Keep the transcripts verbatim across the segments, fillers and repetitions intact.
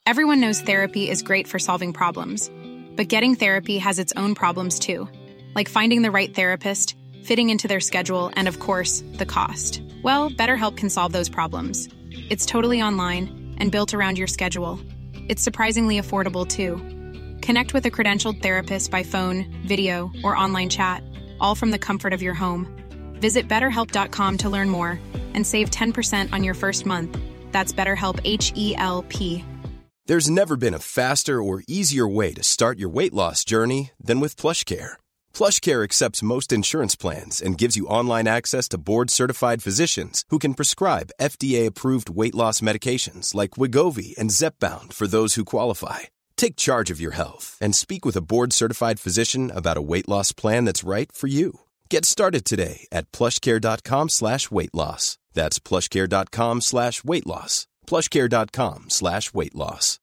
Everyone knows therapy is great for solving problems, but getting therapy has its own problems too, like finding the right therapist, fitting into their schedule, and of course, the cost. Well, BetterHelp can solve those problems. It's totally online and built around your schedule. It's surprisingly affordable too. Connect with a credentialed therapist by phone, video, or online chat, all from the comfort of your home. Visit better help dot com to learn more and save ten percent on your first month. That's BetterHelp, H E L P. There's never been a faster or easier way to start your weight loss journey than with PlushCare. PlushCare accepts most insurance plans and gives you online access to board-certified physicians who can prescribe F D A-approved weight loss medications like Wegovy and Zepbound for those who qualify. Take charge of your health and speak with a board-certified physician about a weight loss plan that's right for you. Get started today at plushcare.com slash weight loss. That's plushcare.com slash weight loss. plushcare.com slash weight loss.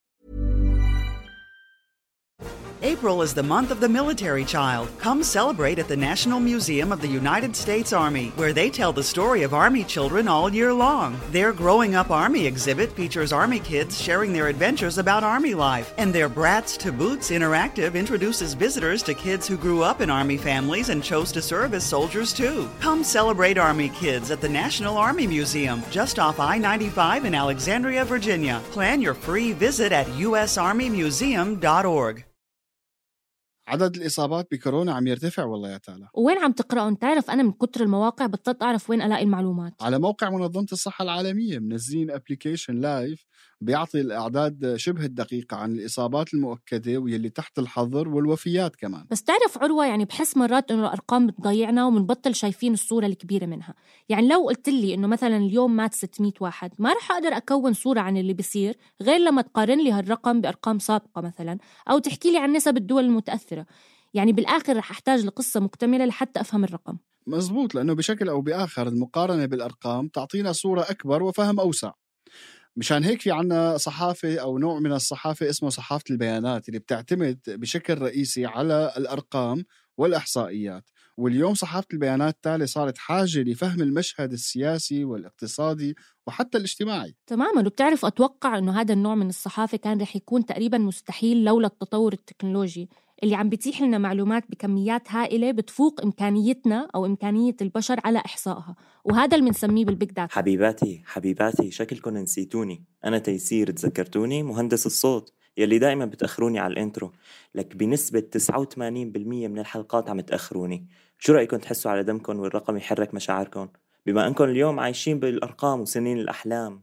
April is the month of the military child. Come celebrate at the National Museum of the United States Army, where they tell the story of Army children all year long. Their Growing Up Army exhibit features Army kids sharing their adventures about Army life, and their Brats to Boots interactive introduces visitors to kids who grew up in Army families and chose to serve as soldiers too. Come celebrate Army kids at the National Army Museum, just off I ninety-five in Alexandria, Virginia. Plan your free visit at u s army museum dot org. عدد الإصابات بكورونا عم يرتفع والله يا تعالى. وين عم تقرأون؟ تعرف أنا من كتر المواقع بطلت أعرف وين ألاقي المعلومات. على موقع منظمة الصحة العالمية منزلين أبليكيشن لايف بيعطي الأعداد شبه الدقيقة عن الإصابات المؤكدة واللي تحت الحظر والوفيات كمان. بس تعرف عروة، يعني بحس مرات إنه الأرقام بتضيعنا ومنبطل شايفين الصورة الكبيرة منها. يعني لو قلت لي إنه مثلا اليوم مات ستمية واحد، ما رح أقدر أكون صورة عن اللي بيصير غير لما تقارن لي هالرقم بأرقام سابقة مثلا، أو تحكي لي عن نسب الدول المتأثرة. يعني بالآخر رح أحتاج لقصة مكتملة لحتى أفهم الرقم. مزبوط، لأنه بشكل أو بآخر المقارنة بالأرقام تعطينا صورة أكبر وفهم أوسع. مشان هيك في عنا صحافة أو نوع من الصحافة اسمه صحافة البيانات، اللي بتعتمد بشكل رئيسي على الأرقام والإحصائيات. واليوم صحافة البيانات تالي صارت حاجة لفهم المشهد السياسي والاقتصادي وحتى الاجتماعي. تماماً. وبتعرف أتوقع أنه هذا النوع من الصحافة كان رح يكون تقريباً مستحيل لولا التطور التكنولوجي اللي عم بيتيح لنا معلومات بكميات هائلة بتفوق إمكانيتنا أو إمكانية البشر على إحصائها، وهذا اللي بنسميه بالبيج داتا. حبيباتي حبيباتي شكلكم نسيتوني. أنا تيسير، تذكرتوني؟ مهندس الصوت يلي دائما بتأخروني على الانترو، لك بنسبة تسعة وثمانين بالمية من الحلقات عم تأخروني. شو رأيكم تحسوا على دمكم والرقم يحرك مشاعركم، بما أنكم اليوم عايشين بالأرقام وسنين الأحلام؟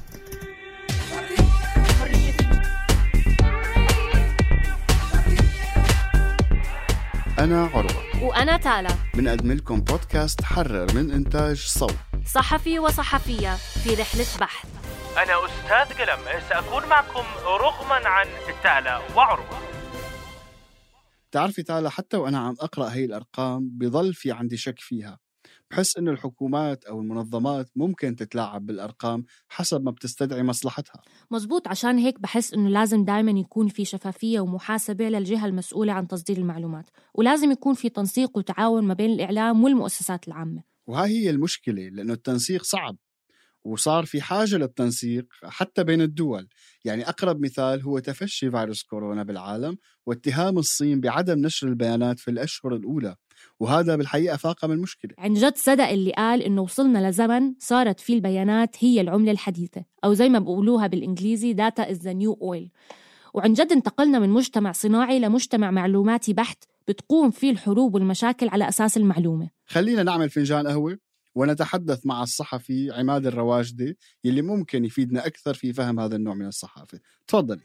أنا عروة وأنا تالا، بنقدم لكم بودكاست حرر من إنتاج صوت، صحفي وصحفية في رحلة بحث. أنا أستاذ قلم، سأكون معكم رغما عن تالا وعروة. تعرفي تالا، حتى وأنا عم أقرأ هاي الأرقام بضل في عندي شك فيها. بحس إنه الحكومات أو المنظمات ممكن تتلاعب بالأرقام حسب ما بتستدعي مصلحتها. مزبوط، عشان هيك بحس إنه لازم دايما يكون في شفافية ومحاسبة للجهة المسؤولة عن تصدير المعلومات، ولازم يكون في تنسيق وتعاون ما بين الإعلام والمؤسسات العامة. وهي هي المشكلة، لأنه التنسيق صعب وصار في حاجة للتنسيق حتى بين الدول. يعني أقرب مثال هو تفشي فيروس كورونا بالعالم واتهام الصين بعدم نشر البيانات في الأشهر الأولى، وهذا بالحقيقة فاقم المشكلة. عن جد صدق اللي قال إنه وصلنا لزمن صارت فيه البيانات هي العملة الحديثة، أو زي ما بقولوها بالإنجليزي data is the new oil. وعن جد انتقلنا من مجتمع صناعي لمجتمع معلوماتي بحت بتقوم فيه الحروب والمشاكل على أساس المعلومة. خلينا نعمل فنجان قهوة ونتحدث مع الصحفي عماد الرواجدي يلي ممكن يفيدنا أكثر في فهم هذا النوع من الصحافة. تفضل.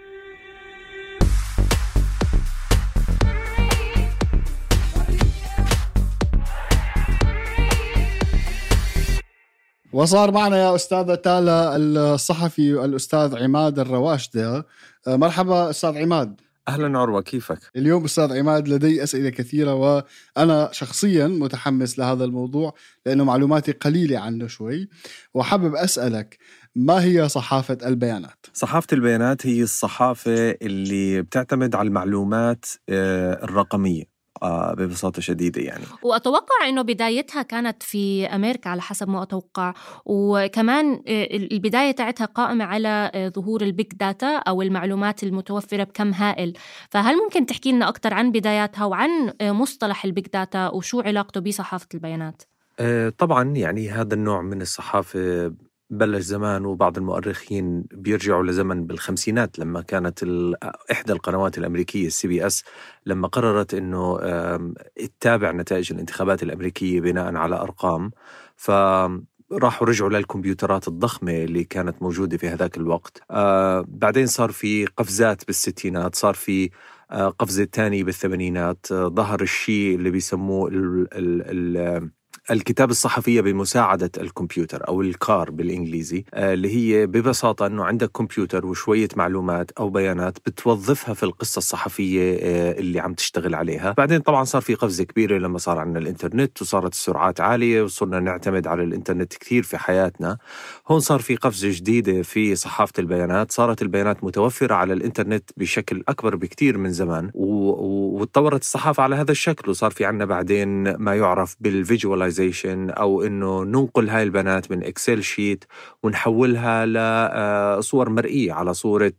وصار معنا يا أستاذة تالا الصحفي الأستاذ عماد الرواجدي. مرحبا أستاذ عماد. أهلا عروة، كيفك؟ اليوم أستاذ عماد لدي أسئلة كثيرة، وأنا شخصيا متحمس لهذا الموضوع لأنه معلوماتي قليلة عنه شوي، وحابب أسألك ما هي صحافة البيانات؟ صحافة البيانات هي الصحافة اللي بتعتمد على المعلومات الرقمية ببساطة شديدة يعني. وأتوقع أنه بدايتها كانت في أمريكا على حسب ما أتوقع، وكمان البداية تاعتها قائمة على ظهور البيج داتا أو المعلومات المتوفرة بكم هائل. فهل ممكن تحكي لنا أكتر عن بداياتها وعن مصطلح البيج داتا وشو علاقته بصحافة البيانات؟ طبعا يعني هذا النوع من الصحافة بلش زمان، وبعض المؤرخين بيرجعوا لزمن بالخمسينات لما كانت إحدى القنوات الأمريكية السي بي اس لما قررت أنه تتابع نتائج الانتخابات الأمريكية بناء على أرقام، فراحوا رجعوا للكمبيوترات الضخمة اللي كانت موجودة في هذاك الوقت. بعدين صار في قفزات بالستينات، صار في قفزة تانية بالثمانينات، ظهر الشيء اللي بيسموه ال ال ال الكتاب الصحفية بمساعدة الكمبيوتر أو الكار بالإنجليزي، اللي هي ببساطة أنه عندك كمبيوتر وشوية معلومات أو بيانات بتوظفها في القصة الصحفية اللي عم تشتغل عليها. بعدين طبعا صار في قفزة كبيرة لما صار عندنا الإنترنت وصارت السرعات عالية وصرنا نعتمد على الإنترنت كثير في حياتنا. هون صار في قفزة جديدة في صحافة البيانات، صارت البيانات متوفرة على الإنترنت بشكل أكبر بكثير من زمان، وتطورت الصحافة على هذا الشكل، وصار في عنا بعدين ما يعرف بالفيجواليزيشن أو إنه ننقل هاي البيانات من إكسل شيت ونحولها لصور مرئية على صورة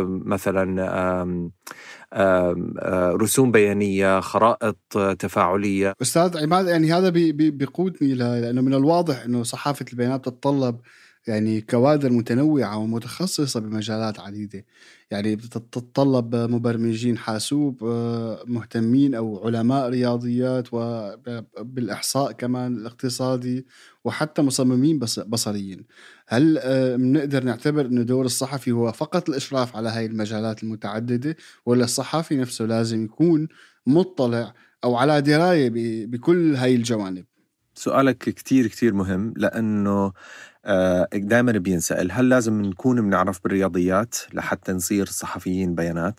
مثلا رسوم بيانية، خرائط تفاعلية. أستاذ عماد، يعني هذا بيقودني لأنه من الواضح إنه صحافة البيانات تتطلب يعني كوادر متنوعة ومتخصصة بمجالات عديدة، يعني بتتطلب مبرمجين حاسوب مهتمين أو علماء رياضيات وبالإحصاء كمان الاقتصادي وحتى مصممين بصريين. هل بنقدر نعتبر أن دور الصحفي هو فقط الإشراف على هاي المجالات المتعددة، ولا الصحفي نفسه لازم يكون مطلع أو على دراية بكل هاي الجوانب؟ سؤالك كتير كتير مهم، لأنه دائما بينسأل هل لازم نكون بنعرف بالرياضيات لحتى نصير صحفيين بيانات؟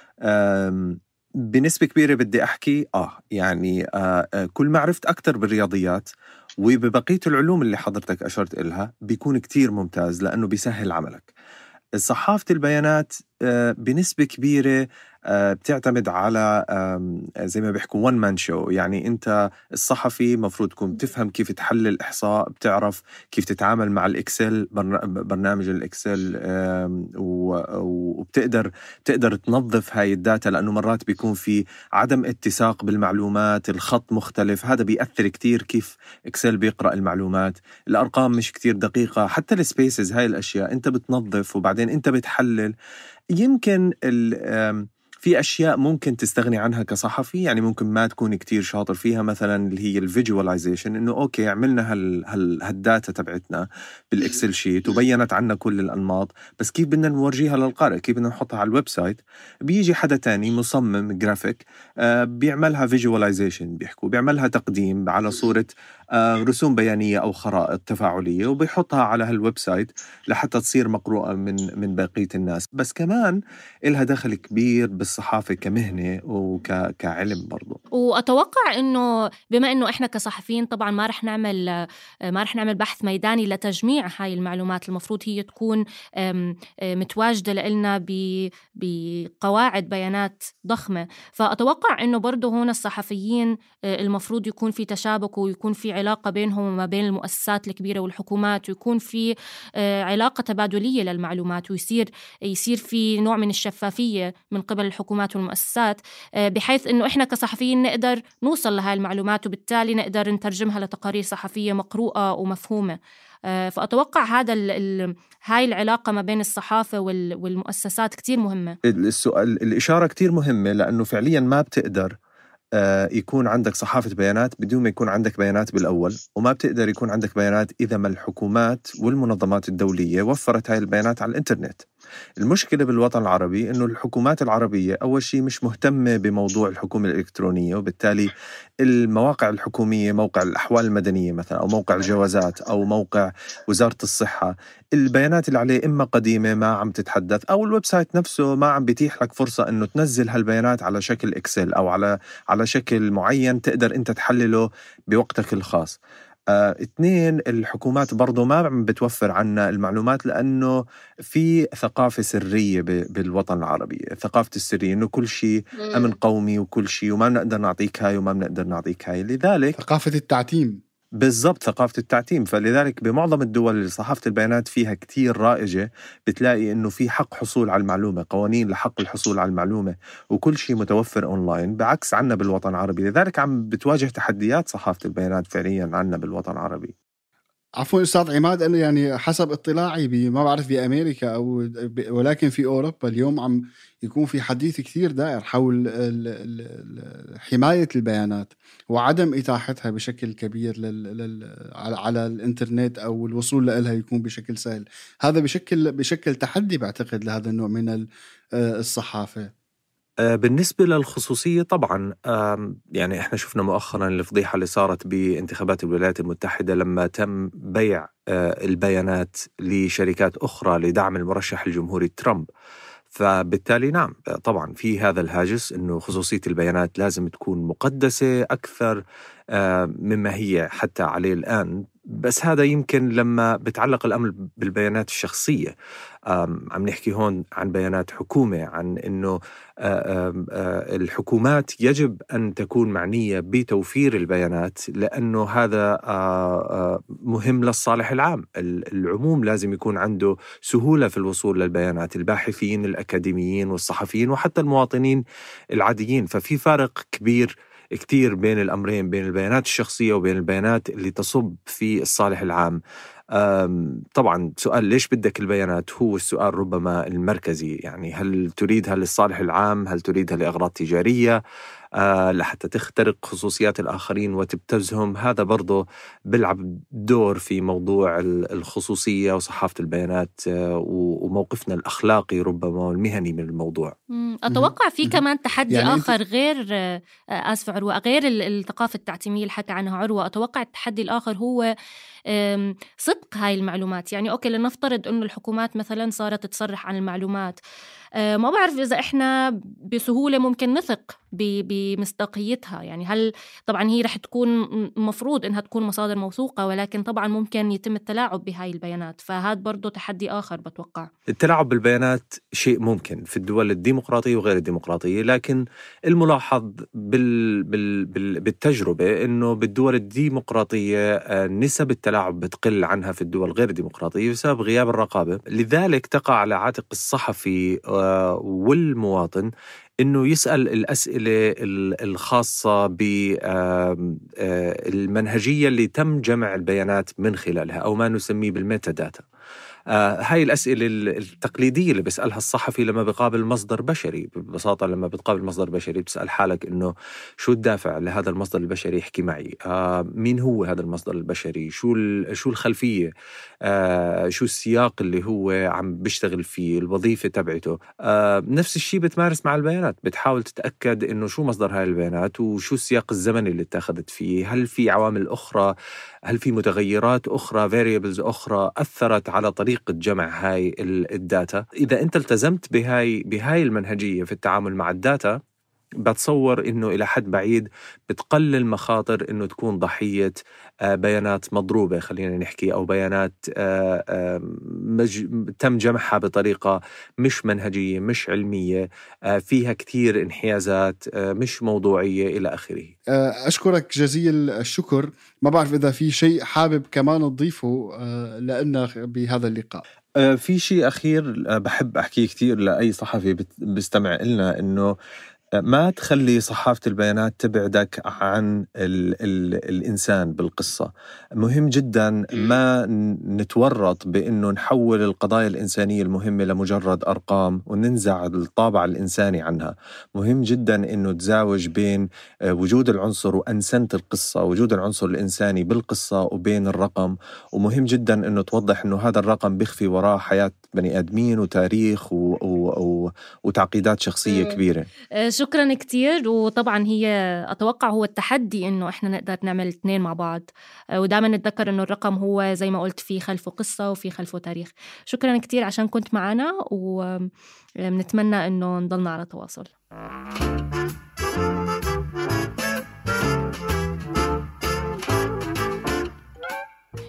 بنسبة كبيرة بدي أحكي آه يعني آه كل ما عرفت أكتر بالرياضيات وببقية العلوم اللي حضرتك أشرت إلها بيكون كتير ممتاز، لأنه بيسهل عملك. صحافة البيانات بنسبة كبيرة بتعتمد على زي ما بيحكوا one man show، يعني أنت الصحفي مفروض تكون بتفهم كيف تحلل الإحصاء، بتعرف كيف تتعامل مع الإكسل، برنامج الإكسل، وبتقدر تقدر تنظف هاي الداتا، لأنه مرات بيكون في عدم اتساق بالمعلومات، الخط مختلف، هذا بيأثر كتير كيف إكسل بيقرأ المعلومات، الأرقام مش كتير دقيقة، حتى السبيسز، هاي الأشياء أنت بتنظف وبعدين أنت بتحلل. يمكن في أشياء ممكن تستغني عنها كصحفي، يعني ممكن ما تكون كتير شاطر فيها، مثلا اللي هي الفيجواليزيشن، إنه أوكي عملنا هال هال هالداتا تبعتنا بالإكسل شيت وبينت عنا كل الأنماط، بس كيف بدنا نورجيها للقارئ، كيف بدنا نحطها على الويب سايت؟ بيجي حدا تاني مصمم جرافيك آه بيعملها فيجواليزيشن، بيحكوا بيعملها تقديم على صورة آه رسوم بيانية أو خرائط تفاعلية، وبيحطها على هالويب سايت لحتى تصير مقروءة من من بقية الناس. بس كمان إلها دخل كبير بالصحافة كمهنة وكعلم برضو. وأتوقع إنه بما إنه إحنا كصحفيين طبعا ما رح نعمل ما رح نعمل بحث ميداني لتجميع هاي المعلومات، المفروض هي تكون متواجدة لنا بقواعد بيانات ضخمة. فأتوقع إنه برضو هون الصحفيين المفروض يكون في تشابك ويكون في علاقة بينهم وما بين المؤسسات الكبيرة والحكومات، ويكون في علاقة تبادلية للمعلومات، ويصير يصير في نوع من الشفافية من قبل الحكومات والمؤسسات، بحيث إنه إحنا كصحفيين نقدر نوصل لهاي المعلومات وبالتالي نقدر نترجمها لتقارير صحفية مقروءة ومفهومة. فأتوقع هذا ال ال هاي العلاقة ما بين الصحافة والمؤسسات كتير مهمة. السؤال الإشارة كتير مهمة، لأنه فعليا ما بتقدر يكون عندك صحافة بيانات بدون ما يكون عندك بيانات بالأول، وما بتقدر يكون عندك بيانات إذا ما الحكومات والمنظمات الدولية وفرت هاي البيانات على الإنترنت. المشكلة بالوطن العربي إنه الحكومات العربية أول شيء مش مهتمة بموضوع الحكومة الإلكترونية، وبالتالي المواقع الحكومية، موقع الأحوال المدنية مثلا، أو موقع الجوازات، أو موقع وزارة الصحة، البيانات اللي عليه إما قديمة ما عم تتحدث، أو الويب سايت نفسه ما عم بيتيح لك فرصة إنه تنزل هالبيانات على شكل إكسل أو على على شكل معين تقدر أنت تحلله بوقتك الخاص. آه، اثنين، الحكومات برضو ما عم بتوفر عنا المعلومات لأنه في ثقافة سرية بالوطن العربي، ثقافة السرية إنه كل شيء أمن قومي وكل شيء وما بنقدر نعطيك هاي وما بنقدر نعطيك هاي. لذلك ثقافة التعتيم. بالضبط، ثقافة التعتيم. فلذلك بمعظم الدول اللي صحافة البيانات فيها كتير رائجة بتلاقي إنه في حق حصول على المعلومة، قوانين لحق الحصول على المعلومة، وكل شيء متوفر أونلاين، بعكس عنا بالوطن العربي. لذلك عم بتواجه تحديات صحافة البيانات فعليا عنا بالوطن العربي. عفوا أستاذ عماد، أنا يعني حسب اطلاعي ما بعرف بأمريكا أو ولكن في أوروبا اليوم عم يكون في حديث كثير دائر حول حماية البيانات وعدم إتاحتها بشكل كبير لل... لل... على الإنترنت أو الوصول لها يكون بشكل سهل. هذا بشكل بشكل تحدي بعتقد لهذا النوع من الصحافة. بالنسبة للخصوصية طبعا يعني احنا شفنا مؤخرا الفضيحة اللي صارت بانتخابات الولايات المتحدة لما تم بيع البيانات لشركات أخرى لدعم المرشح الجمهوري ترامب. فبالتالي نعم طبعا في هذا الهاجس إنه خصوصية البيانات لازم تكون مقدسة أكثر مما هي حتى عليه الآن. بس هذا يمكن لما بتعلق الأمر بالبيانات الشخصية. عم نحكي هون عن بيانات حكومة، عن إنه الحكومات يجب أن تكون معنية بتوفير البيانات لأنه هذا مهم للصالح العام. العموم لازم يكون عنده سهولة في الوصول للبيانات، الباحثين، الأكاديميين والصحفيين وحتى المواطنين العاديين. ففي فارق كبير كتير بين الأمرين، بين البيانات الشخصية وبين البيانات اللي تصب في الصالح العام. طبعا سؤال ليش بدك البيانات هو السؤال ربما المركزي، يعني هل تريدها للصالح العام، هل تريدها لأغراض تجارية أه لحتى تخترق خصوصيات الآخرين وتبتزهم؟ هذا برضو بلعب دور في موضوع الخصوصية وصحافة البيانات أه وموقفنا الأخلاقي ربما والمهني من الموضوع. أتوقع في كمان تحدي يعني آخر غير آسف عروة، غير الثقافة التعتيمية اللي حكى عنها عروة. أتوقع التحدي الآخر هو صدق هاي المعلومات. يعني أوكي لنفترض أنه الحكومات مثلا صارت تصرح عن المعلومات، ما بعرف إذا إحنا بسهولة ممكن نثق بمصداقيتها. يعني هل طبعا هي رح تكون مفروض إنها تكون مصادر موثوقة، ولكن طبعا ممكن يتم التلاعب بهاي البيانات. فهذا برضو تحدي آخر بتوقع. التلاعب بالبيانات شيء ممكن في الدول الديمقراطية وغير الديمقراطية، لكن الملاحظ بال... بال... بال... بالتجربة إنه بالدول الديمقراطية نسب التلاعب بتقل عنها في الدول غير الديمقراطية بسبب غياب الرقابة. لذلك تقع على عاتق الصحفي والمواطن إنه يسأل الأسئلة الخاصة بالمنهجية اللي تم جمع البيانات من خلالها أو ما نسميه بالميتا داتا. آه هاي الأسئلة التقليدية اللي بيسألها الصحفي لما بيقابل مصدر بشري. ببساطة لما بتقابل مصدر بشري بتسأل حالك إنه شو الدافع لهذا المصدر البشري يحكي معي، آه مين هو هذا المصدر البشري، شو شو الخلفية، آه شو السياق اللي هو عم بيشتغل فيه، الوظيفة تبعته. آه نفس الشيء بتمارس مع البيانات، بتحاول تتأكد إنه شو مصدر هاي البيانات وشو السياق الزمني اللي اتخذت فيه، هل في عوامل أخرى، هل في متغيرات أخرى variables أخرى أثرت على طريقة جمع هاي الداتا. إذا أنت التزمت بهاي بهاي المنهجية في التعامل مع الداتا، بتصور إنه إلى حد بعيد بتقلل مخاطر إنه تكون ضحية بيانات مضروبة، خلينا نحكي، أو بيانات تم جمعها بطريقة مش منهجية، مش علمية، فيها كتير انحيازات، مش موضوعية إلى آخره. أشكرك جزيل الشكر. ما بعرف إذا في شيء حابب كمان تضيفه لأننا بهذا اللقاء. في شيء أخير بحب أحكيه كتير لأي صحفي بيستمع لنا، إنه ما تخلي صحافة البيانات تبعدك عن ال ال الإنسان بالقصة. مهم جدا ما نتورط بأنه نحول القضايا الإنسانية المهمة لمجرد أرقام وننزع الطابع الإنساني عنها. مهم جدا أنه تزاوج بين وجود العنصر وأنسنة القصة، وجود العنصر الإنساني بالقصة وبين الرقم. ومهم جدا أنه توضح أنه هذا الرقم بيخفي وراء حياة بني آدمين وتاريخ و و و وتعقيدات شخصية كبيرة. شكرا كتير. وطبعا هي أتوقع هو التحدي إنه إحنا نقدر نعمل اثنين مع بعض، ودائما نتذكر إنه الرقم هو زي ما قلت في خلفه قصة وفي خلفه تاريخ. شكرا كتير عشان كنت معنا، ونتمنى إنه نضلنا على تواصل.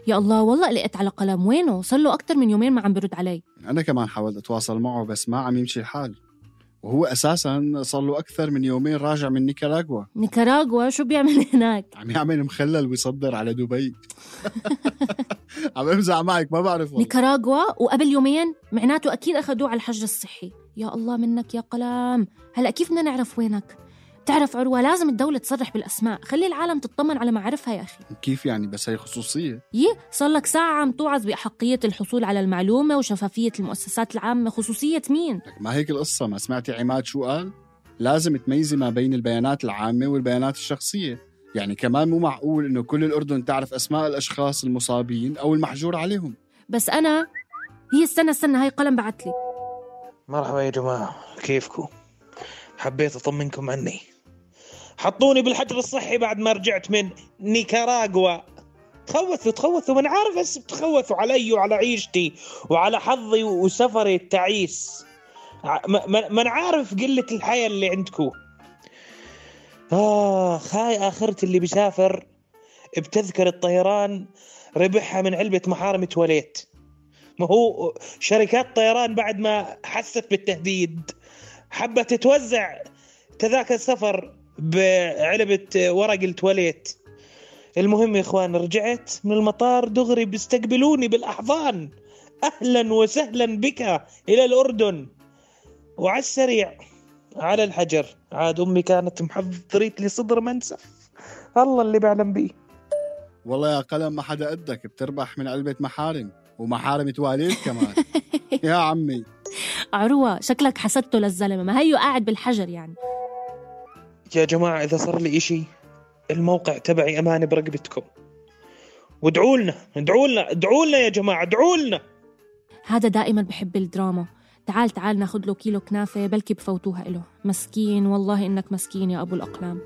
يا الله والله قلقت على قلم، وينه؟ صار له أكتر من يومين ما عم برد علي. أنا كمان حاولت أتواصل معه بس ما عم يمشي الحال، وهو أساساً صار له أكثر من يومين راجع من نيكاراغوا. نيكاراغوا شو بيعمل هناك؟ عم يعمل مخلل ويصدر على دبي. عم امزح معك ما بعرف. نيكاراغوا وقبل يومين معناته أكيد أخذوه على الحجر الصحي. يا الله منك يا قلم، هلأ كيف بدنا نعرف وينك؟ بتعرف عروة لازم الدولة تصرح بالأسماء، خلي العالم تطمن على معارفها يا أخي. كيف يعني؟ بس هي خصوصية. يه صار لك ساعة عم توعظ بأحقية الحصول على المعلومة وشفافية المؤسسات العامة. خصوصية مين؟ ما هيك القصة؟ ما سمعتي عماد شو قال؟ لازم تميزي ما بين البيانات العامة والبيانات الشخصية. يعني كمان مو معقول إنه كل الأردن تعرف أسماء الأشخاص المصابين أو المحجور عليهم. بس أنا هي استنى استنى هاي قلم بعتلي. مرحبا يا جماعة، كيفكم؟ حبيت أطمنكم عني. حطوني بالحجر الصحي بعد ما رجعت من نيكاراغوا. تخوثوا تخوثوا من عارف بس بتخوثوا علي وعلى عيشتي وعلى حظي وسفري التعيس. من عارف قلة الحياة اللي عندكم. آه هاي آخرت اللي بيسافر بتذكر الطيران ربحها من علبة محارم تواليت. ما هو شركات طيران بعد ما حست بالتهديد حبت تتوزع تذاكر سفر بعلبة ورق التواليت. المهم يا إخوان، رجعت من المطار دغري بيستقبلوني بالأحضان، أهلا وسهلا بك إلى الأردن. وعلى السريع على الحجر عاد أمي كانت محضريت لي صدر منسف، الله اللي بعلم بيه. والله يا قلم ما حدا قدك، بتربح من علبة محارم ومحارم تواليت كمان. يا عمي عروة شكلك حسدته للزلمة، ما هيو قاعد بالحجر يعني. يا جماعة إذا صار لي إشي الموقع تبعي أمانة برقبتكم، وادعوا لنا ادعوا لنا ادعوا لنا يا جماعة ادعوا لنا. هذا دائما بحب الدراما. تعال تعال ناخد له كيلو كنافة بلكي بفوتوها له. مسكين والله إنك مسكين يا أبو الأقلام.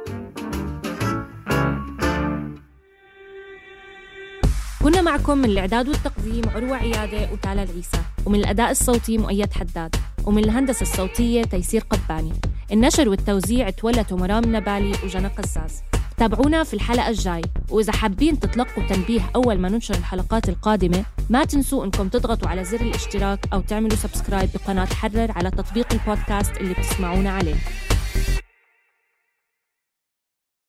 كنا معكم من الإعداد والتقديم عروة عيادة وتالا العيسى، ومن الأداء الصوتي مؤيد حداد، ومن الهندسة الصوتية تيسير قباني. النشر والتوزيع تولته مرام نبالي وجنى قزاز. تابعونا في الحلقة الجاي، وإذا حابين تتلقوا تنبيه أول ما ننشر الحلقات القادمة ما تنسوا إنكم تضغطوا على زر الاشتراك أو تعملوا سبسكرايب بقناة حرر على تطبيق البودكاست اللي بتسمعونا عليه.